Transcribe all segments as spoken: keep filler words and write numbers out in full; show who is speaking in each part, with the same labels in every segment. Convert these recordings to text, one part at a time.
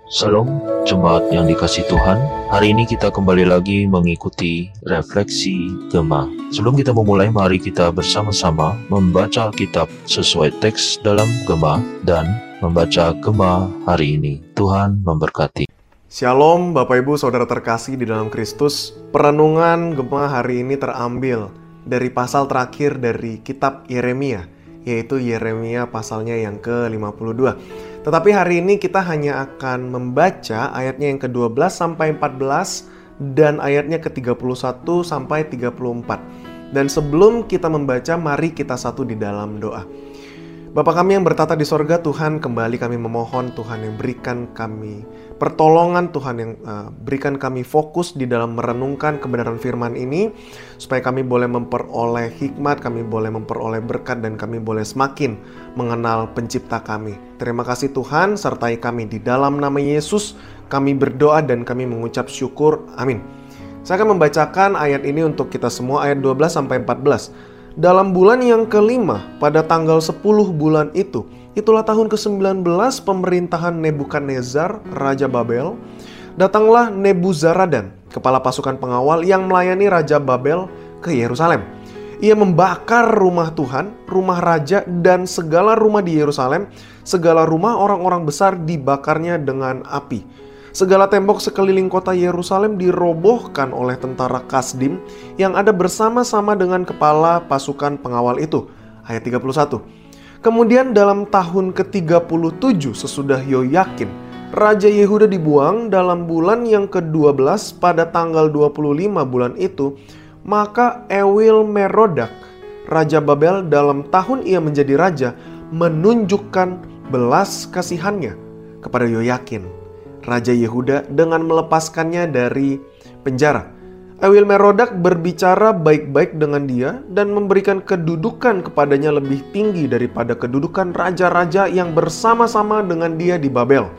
Speaker 1: Salam, jemaat yang dikasih Tuhan. Hari ini kita kembali lagi mengikuti refleksi Gema. Sebelum kita memulai, mari kita bersama-sama membaca Alkitab sesuai teks dalam Gema dan membaca Gema hari ini. Tuhan memberkati.
Speaker 2: Shalom Bapak Ibu Saudara terkasih di dalam Kristus. Perenungan Gema hari ini terambil dari pasal terakhir dari kitab Yeremia, yaitu Yeremia pasalnya yang ke lima puluh dua. Tetapi hari ini kita hanya akan membaca ayatnya yang ke dua belas sampai empat belas dan ayatnya ke tiga puluh satu sampai tiga puluh empat. Dan sebelum kita membaca, mari kita satu di dalam doa. Bapa kami yang bertata di sorga, Tuhan, kembali kami memohon Tuhan yang berikan kami pertolongan, Tuhan yang uh, berikan kami fokus di dalam merenungkan kebenaran firman ini, supaya kami boleh memperoleh hikmat, kami boleh memperoleh berkat, dan kami boleh semakin mengenal pencipta kami. Terima kasih Tuhan, sertai kami di dalam nama Yesus, kami berdoa dan kami mengucap syukur, amin. Saya akan membacakan ayat ini untuk kita semua, ayat dua belas sampai empat belas. Dalam bulan yang kelima, pada tanggal sepuluh bulan itu, itulah tahun ke sembilan belas pemerintahan Nebukadnezar, Raja Babel. Datanglah Nebuzaradan, kepala pasukan pengawal yang melayani Raja Babel ke Yerusalem. Ia membakar rumah Tuhan, rumah raja, dan segala rumah di Yerusalem. Segala rumah orang-orang besar dibakarnya dengan api. Segala tembok sekeliling kota Yerusalem dirobohkan oleh tentara Kasdim yang ada bersama-sama dengan kepala pasukan pengawal itu. Ayat tiga puluh satu. Kemudian dalam tahun ke tiga puluh tujuh sesudah Yoyakin, Raja Yehuda dibuang dalam bulan yang ke dua belas pada tanggal dua puluh lima bulan itu, maka Ewil Merodak, Raja Babel, dalam tahun ia menjadi raja, menunjukkan belas kasihannya kepada Yoyakin, Raja Yehuda, dengan melepaskannya dari penjara. Ewil Merodak berbicara baik-baik dengan dia dan memberikan kedudukan kepadanya lebih tinggi daripada kedudukan raja-raja yang bersama-sama dengan dia di Babel.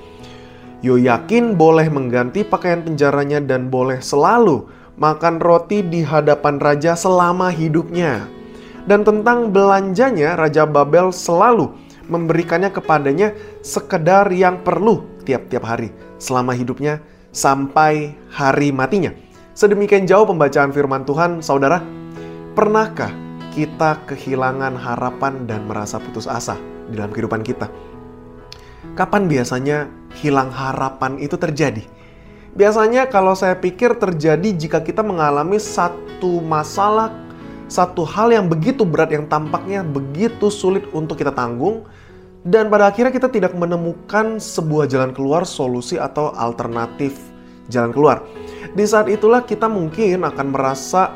Speaker 2: Yoyakin boleh mengganti pakaian penjaranya dan boleh selalu makan roti di hadapan raja selama hidupnya. Dan tentang belanjanya, Raja Babel selalu memberikannya kepadanya sekedar yang perlu tiap-tiap hari selama hidupnya sampai hari matinya. Sedemikian jauh pembacaan firman Tuhan. Saudara, pernahkah kita kehilangan harapan dan merasa putus asa di dalam kehidupan kita? Kapan biasanya hilang harapan itu terjadi? Biasanya kalau saya pikir terjadi jika kita mengalami satu masalah, satu hal yang begitu berat, yang tampaknya begitu sulit untuk kita tanggung, dan pada akhirnya kita tidak menemukan sebuah jalan keluar, solusi atau alternatif jalan keluar. Di saat itulah kita mungkin akan merasa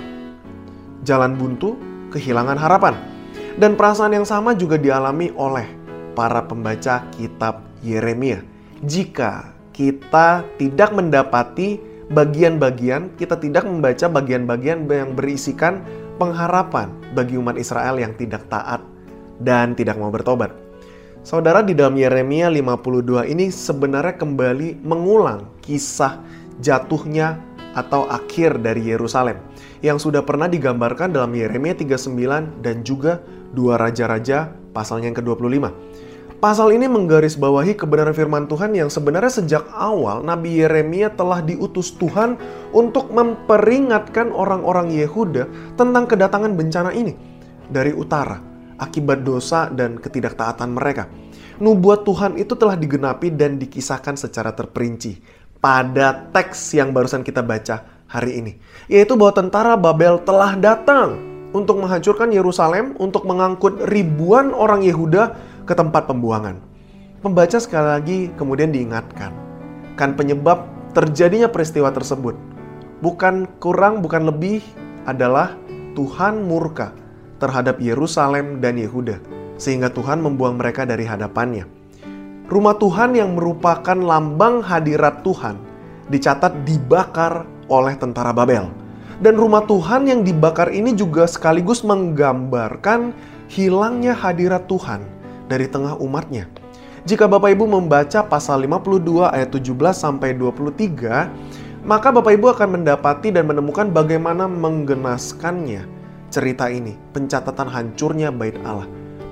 Speaker 2: jalan buntu, kehilangan harapan. Dan perasaan yang sama juga dialami oleh para pembaca kitab Yeremia. Jika kita tidak mendapati bagian-bagian, kita tidak membaca bagian-bagian yang berisikan pengharapan bagi umat Israel yang tidak taat dan tidak mau bertobat. Saudara, di dalam Yeremia lima puluh dua ini sebenarnya kembali mengulang kisah jatuhnya atau akhir dari Yerusalem yang sudah pernah digambarkan dalam Yeremia tiga puluh sembilan dan juga dua Raja-Raja pasalnya yang ke dua puluh lima. Pasal ini menggarisbawahi kebenaran firman Tuhan yang sebenarnya sejak awal Nabi Yeremia telah diutus Tuhan untuk memperingatkan orang-orang Yehuda tentang kedatangan bencana ini dari utara akibat dosa dan ketidaktaatan mereka. Nubuat Tuhan itu telah digenapi dan dikisahkan secara terperinci pada teks yang barusan kita baca hari ini, yaitu bahwa tentara Babel telah datang untuk menghancurkan Yerusalem, untuk mengangkut ribuan orang Yehuda ke tempat pembuangan. Pembaca sekali lagi kemudian diingatkan, kan penyebab terjadinya peristiwa tersebut bukan kurang, bukan lebih, adalah Tuhan murka terhadap Yerusalem dan Yehuda, sehingga Tuhan membuang mereka dari hadapannya. Rumah Tuhan yang merupakan lambang hadirat Tuhan dicatat dibakar oleh tentara Babel. Dan rumah Tuhan yang dibakar ini juga sekaligus menggambarkan hilangnya hadirat Tuhan dari tengah umatnya. Jika Bapak Ibu membaca pasal lima puluh dua ayat tujuh belas sampai dua puluh tiga, maka Bapak Ibu akan mendapati dan menemukan bagaimana menggenaskannya cerita ini, pencatatan hancurnya bait Allah.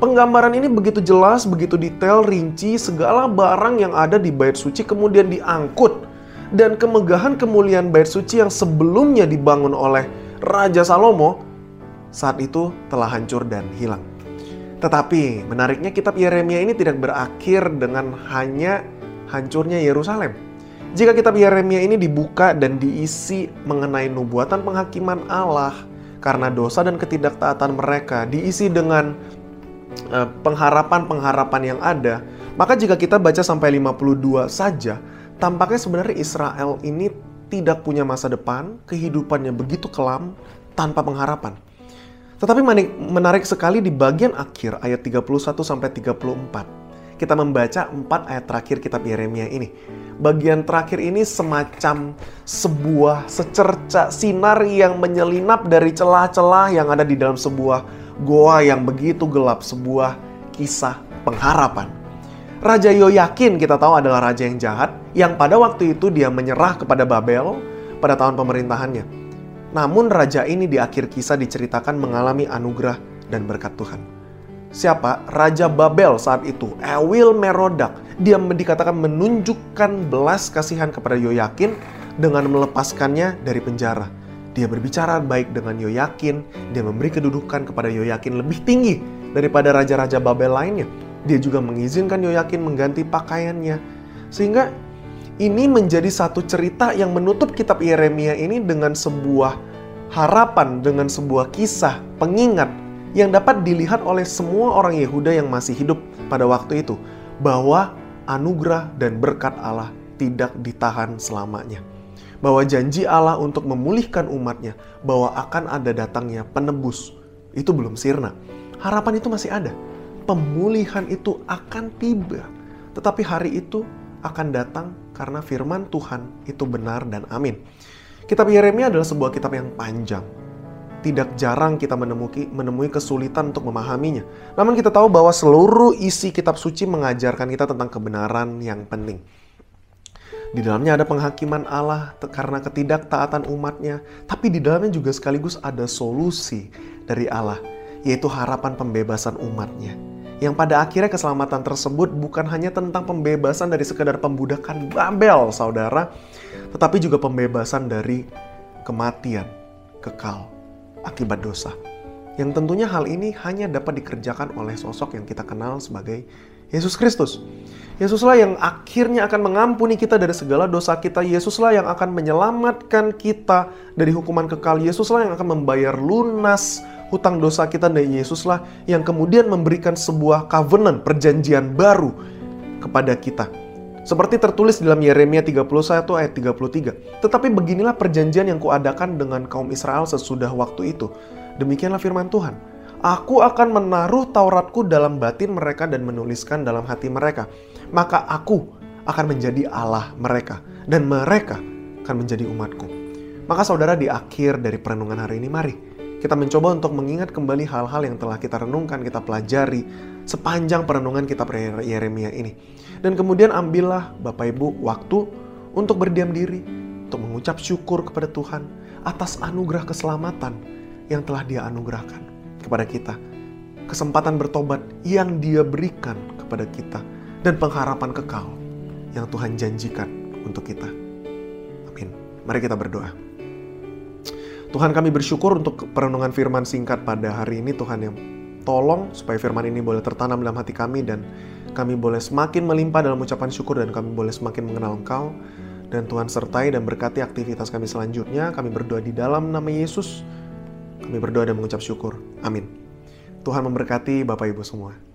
Speaker 2: Penggambaran ini begitu jelas, begitu detail, rinci, segala barang yang ada di bait suci kemudian diangkut. Dan kemegahan kemuliaan bait suci yang sebelumnya dibangun oleh Raja Salomo, saat itu telah hancur dan hilang. Tetapi menariknya kitab Yeremia ini tidak berakhir dengan hanya hancurnya Yerusalem. Jika kitab Yeremia ini dibuka dan diisi mengenai nubuatan penghakiman Allah karena dosa dan ketidaktaatan mereka, diisi dengan uh, pengharapan-pengharapan yang ada, maka jika kita baca sampai lima puluh dua saja, tampaknya sebenarnya Israel ini tidak punya masa depan, kehidupannya begitu kelam tanpa pengharapan. Tetapi menarik sekali di bagian akhir ayat tiga puluh satu sampai tiga puluh empat. Kita membaca empat ayat terakhir kitab Yeremia ini. Bagian terakhir ini semacam sebuah secerca sinar yang menyelinap dari celah-celah yang ada di dalam sebuah goa yang begitu gelap, sebuah kisah pengharapan. Raja Yoyakin kita tahu adalah raja yang jahat, yang pada waktu itu dia menyerah kepada Babel pada tahun pemerintahannya. Namun raja ini di akhir kisah diceritakan mengalami anugerah dan berkat Tuhan. Siapa? Raja Babel saat itu, Ewil Merodak. Dia dikatakan menunjukkan belas kasihan kepada Yoyakin dengan melepaskannya dari penjara. Dia berbicara baik dengan Yoyakin, dia memberi kedudukan kepada Yoyakin lebih tinggi daripada raja-raja Babel lainnya. Dia juga mengizinkan Yoyakin mengganti pakaiannya. Sehingga ini menjadi satu cerita yang menutup kitab Yeremia ini dengan sebuah harapan, dengan sebuah kisah pengingat yang dapat dilihat oleh semua orang Yehuda yang masih hidup pada waktu itu, bahwa anugerah dan berkat Allah tidak ditahan selamanya. Bahwa janji Allah untuk memulihkan umatnya, bahwa akan ada datangnya penebus, itu belum sirna. Harapan itu masih ada. Pemulihan itu akan tiba. Tetapi hari itu akan datang karena firman Tuhan itu benar dan amin. Kitab Yeremia adalah sebuah kitab yang panjang. Tidak jarang kita menemui, menemui kesulitan untuk memahaminya. Namun kita tahu bahwa seluruh isi kitab suci mengajarkan kita tentang kebenaran yang penting. Di dalamnya ada penghakiman Allah karena ketidaktaatan umatnya. Tapi di dalamnya juga sekaligus ada solusi dari Allah, yaitu harapan pembebasan umatnya. Yang pada akhirnya keselamatan tersebut bukan hanya tentang pembebasan dari sekedar pembudakan Babel, saudara, tetapi juga pembebasan dari kematian kekal akibat dosa. Yang tentunya hal ini hanya dapat dikerjakan oleh sosok yang kita kenal sebagai Yesus Kristus. Yesuslah yang akhirnya akan mengampuni kita dari segala dosa kita. Yesuslah yang akan menyelamatkan kita dari hukuman kekal. Yesuslah yang akan membayar lunas hutang dosa kita, dan Yesuslah yang kemudian memberikan sebuah covenant, perjanjian baru kepada kita. Seperti tertulis dalam Yeremia tiga puluh satu ayat tiga puluh tiga. Tetapi beginilah perjanjian yang kuadakan dengan kaum Israel sesudah waktu itu. Demikianlah firman Tuhan. Aku akan menaruh Tauratku dalam batin mereka dan menuliskan dalam hati mereka. Maka aku akan menjadi Allah mereka, dan mereka akan menjadi umatku. Maka saudara, di akhir dari perenungan hari ini, mari kita mencoba untuk mengingat kembali hal-hal yang telah kita renungkan, kita pelajari sepanjang perenungan kitab Yeremia ini. Dan kemudian ambillah Bapak Ibu waktu untuk berdiam diri, untuk mengucap syukur kepada Tuhan atas anugerah keselamatan yang telah Dia anugerahkan kepada kita. Kesempatan bertobat yang Dia berikan kepada kita, dan pengharapan kekal yang Tuhan janjikan untuk kita. Amin. Mari kita berdoa. Tuhan, kami bersyukur untuk perenungan firman singkat pada hari ini. Tuhan, yang tolong supaya firman ini boleh tertanam dalam hati kami, dan kami boleh semakin melimpah dalam ucapan syukur, dan kami boleh semakin mengenal Engkau. Dan Tuhan sertai dan berkati aktivitas kami selanjutnya. Kami berdoa di dalam nama Yesus. Kami berdoa dan mengucap syukur. Amin. Tuhan memberkati Bapak Ibu semua.